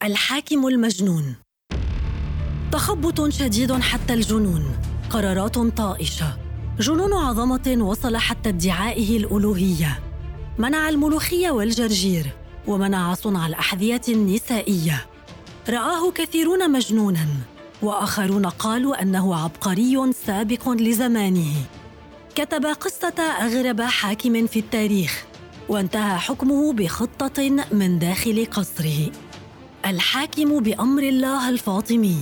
الحاكم المجنون. تخبط شديد حتى الجنون، قرارات طائشة، جنون عظمة وصل حتى ادعائه الألوهية. منع الملوخية والجرجير، ومنع صنع الأحذية النسائية. رآه كثيرون مجنوناً، وآخرون قالوا أنه عبقري سابق لزمانه. كتب قصة أغرب حاكم في التاريخ، وانتهى حكمه بخطة من داخل قصره. الحاكم بأمر الله الفاطمي.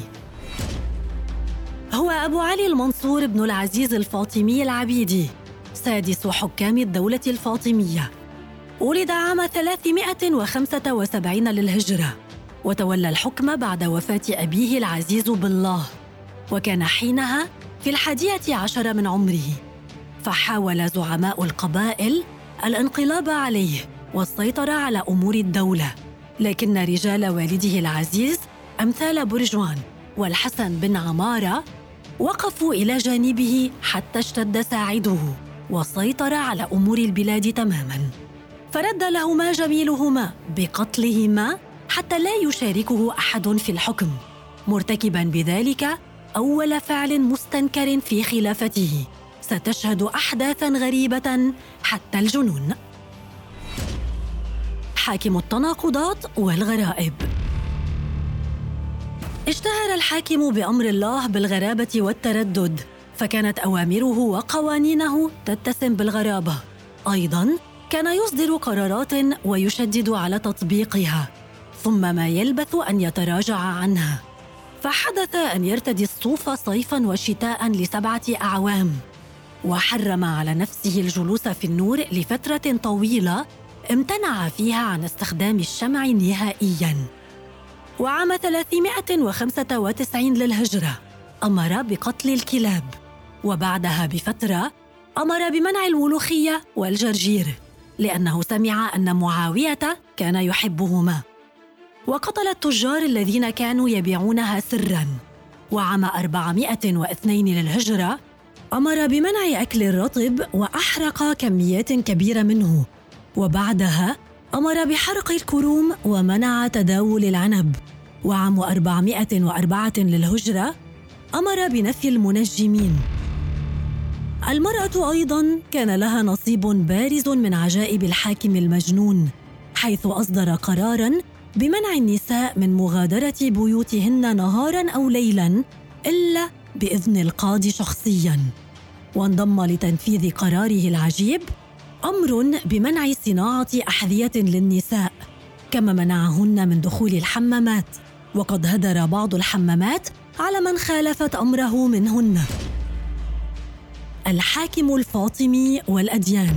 هو أبو علي المنصور بن العزيز الفاطمي العبيدي، سادس حكام الدولة الفاطمية. ولد عام 375 للهجرة، وتولى الحكم بعد وفاة أبيه العزيز بالله، وكان حينها في 11 من عمره. فحاول زعماء القبائل الانقلاب عليه والسيطرة على أمور الدولة، لكن رجال والده العزيز أمثال برجوان والحسن بن عمارة وقفوا إلى جانبه حتى اشتد ساعده وسيطر على أمور البلاد تماماً. فرد لهما جميلهما بقتلهما حتى لا يشاركه أحد في الحكم، مرتكباً بذلك أول فعل مستنكر في خلافته ستشهد أحداثاً غريبة حتى الجنون. حاكم التناقضات والغرائب. اشتهر الحاكم بأمر الله بالغرابة والتردد، فكانت أوامره وقوانينه تتسم بالغرابة. أيضاً كان يصدر قرارات ويشدد على تطبيقها، ثم ما يلبث أن يتراجع عنها. فحدث أن يرتدي الصوف صيفاً وشتاءً ل7 أعوام، وحرم على نفسه الجلوس في النور لفترة طويلة امتنع فيها عن استخدام الشمع نهائياً. وعام 395 للهجرة أمر بقتل الكلاب، وبعدها بفترة أمر بمنع الملوخية والجرجير، لأنه سمع أن معاوية كان يحبهما، وقتل التجار الذين كانوا يبيعونها سراً. وعام 402 للهجرة أمر بمنع أكل الرطب وأحرق كميات كبيرة منه، وبعدها أمر بحرق الكروم ومنع تداول العنب. وعام 404 للهجرة أمر بنفي المنجمين. المرأة أيضاً كان لها نصيب بارز من عجائب الحاكم المجنون، حيث أصدر قراراً بمنع النساء من مغادرة بيوتهن نهاراً أو ليلاً إلا بإذن القاضي شخصياً. وانضم لتنفيذ قراره العجيب أمر بمنع صناعة أحذية للنساء، كما منعهن من دخول الحمامات، وقد هدر بعض الحمامات على من خالفت أمره منهن. الحاكم الفاطمي والأديان.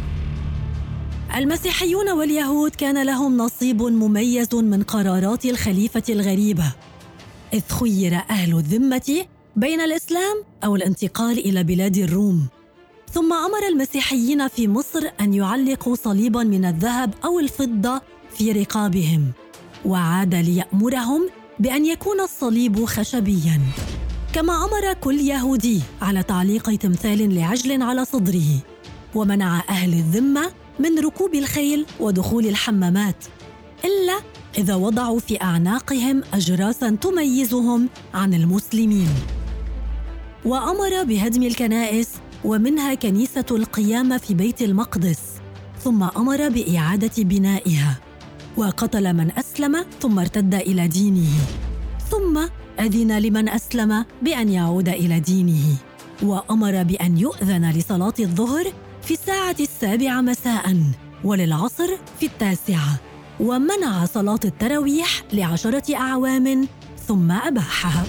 المسيحيون واليهود كان لهم نصيب مميز من قرارات الخليفة الغريبة، إذ خير أهل الذمة بين الإسلام أو الانتقال إلى بلاد الروم. ثم أمر المسيحيين في مصر أن يعلقوا صليباً من الذهب أو الفضة في رقابهم، وعاد ليأمرهم بأن يكون الصليب خشبياً، كما أمر كل يهودي على تعليق تمثال لعجل على صدره. ومنع أهل الذمة من ركوب الخيل ودخول الحمامات إلا إذا وضعوا في أعناقهم أجراساً تميزهم عن المسلمين. وأمر بهدم الكنائس، ومنها كنيسة القيامة في بيت المقدس، ثم أمر بإعادة بنائها. وقتل من أسلم ثم ارتد إلى دينه، ثم أذن لمن أسلم بأن يعود إلى دينه. وأمر بأن يؤذن لصلاة الظهر في الساعة 7 مساءً، وللعصر في 9، ومنع صلاة التراويح ل10 أعوام ثم أباحها.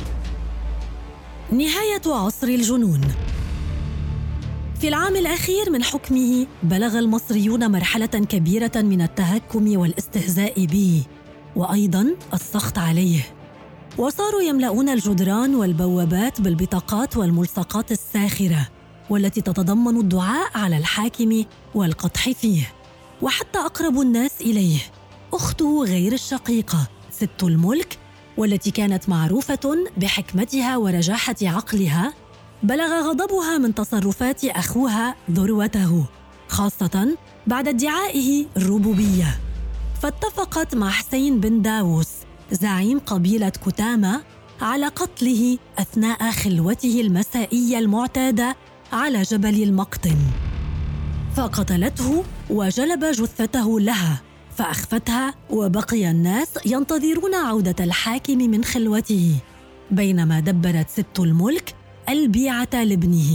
نهاية عصر الجنون. في العام الأخير من حكمه بلغ المصريون مرحلة كبيرة من التهكم والاستهزاء به، وأيضاً السخط عليه، وصاروا يملؤون الجدران والبوابات بالبطاقات والملصقات الساخرة والتي تتضمن الدعاء على الحاكم والقدح فيه. وحتى أقرب الناس إليه، أخته غير الشقيقة ست الملك، والتي كانت معروفة بحكمتها ورجاحة عقلها، بلغ غضبها من تصرفات أخوها ذروته، خاصة بعد ادعائه الربوبية. فاتفقت مع حسين بن داووس زعيم قبيلة كتامة على قتله أثناء خلوته المسائية المعتادة على جبل المقطم، فقتلته وجلب جثته لها فأخفتها، وبقي الناس ينتظرون عودة الحاكم من خلوته بينما دبرت ست الملك البيعة لابنه.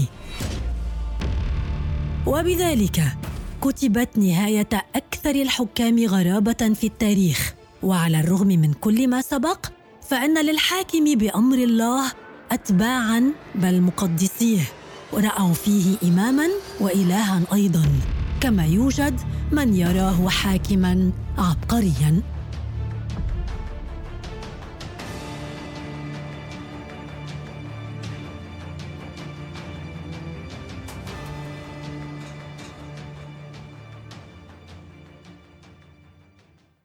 وبذلك كتبت نهاية أكثر الحكام غرابة في التاريخ. وعلى الرغم من كل ما سبق فإن للحاكم بأمر الله أتباعاً بل مقدسيه، ورأوا فيه إماماً وإلهاً أيضاً، كما يوجد من يراه حاكماً عبقرياً.